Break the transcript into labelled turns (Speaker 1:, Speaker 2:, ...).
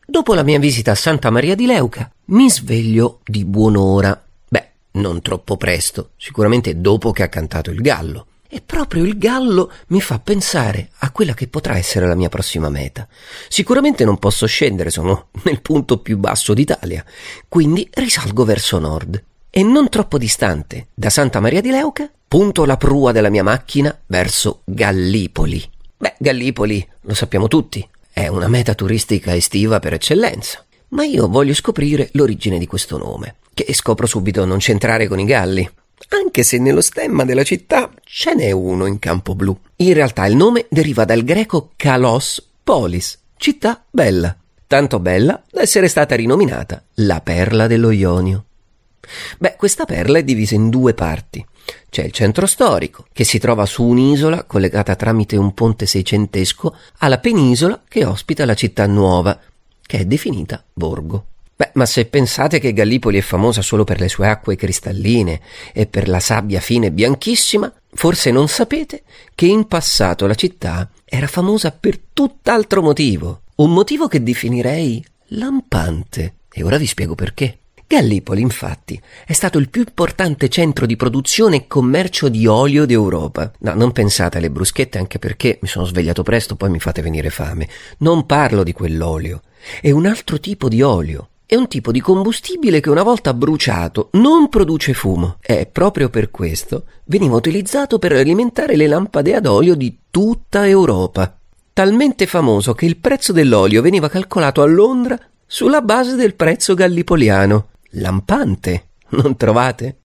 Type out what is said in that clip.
Speaker 1: Dopo la mia visita a Santa Maria di Leuca, mi sveglio di buon'ora. Beh, non troppo presto, sicuramente dopo che ha cantato il gallo. E proprio il gallo mi fa pensare a quella che potrà essere la mia prossima meta. Sicuramente non posso scendere, sono nel punto più basso d'Italia, quindi risalgo verso nord. E non troppo distante da Santa Maria di Leuca, punto la prua della mia macchina verso Gallipoli. Beh, Gallipoli, lo sappiamo tutti, è una meta turistica estiva per eccellenza. Ma io voglio scoprire l'origine di questo nome, che scopro subito non c'entrare con i galli. Anche se nello stemma della città ce n'è uno in campo blu. In realtà il nome deriva dal greco kalos polis, città bella. Tanto bella da essere stata rinominata la perla dello Ionio. Beh, questa perla è divisa in due parti. C'è il centro storico, che si trova su un'isola collegata tramite un ponte seicentesco alla penisola che ospita la città nuova, che è definita borgo. Beh, ma se pensate che Gallipoli è famosa solo per le sue acque cristalline e per la sabbia fine e bianchissima, forse non sapete che in passato la città era famosa per tutt'altro motivo. Un motivo che definirei lampante. E ora vi spiego perché. Gallipoli, infatti, è stato il più importante centro di produzione e commercio di olio d'Europa. No, non pensate alle bruschette, anche perché mi sono svegliato presto, poi mi fate venire fame. Non parlo di quell'olio. È un altro tipo di olio. È un tipo di combustibile che una volta bruciato non produce fumo. E proprio per questo veniva utilizzato per alimentare le lampade ad olio di tutta Europa. Talmente famoso che il prezzo dell'olio veniva calcolato a Londra sulla base del prezzo gallipoliano. Lampante, non trovate?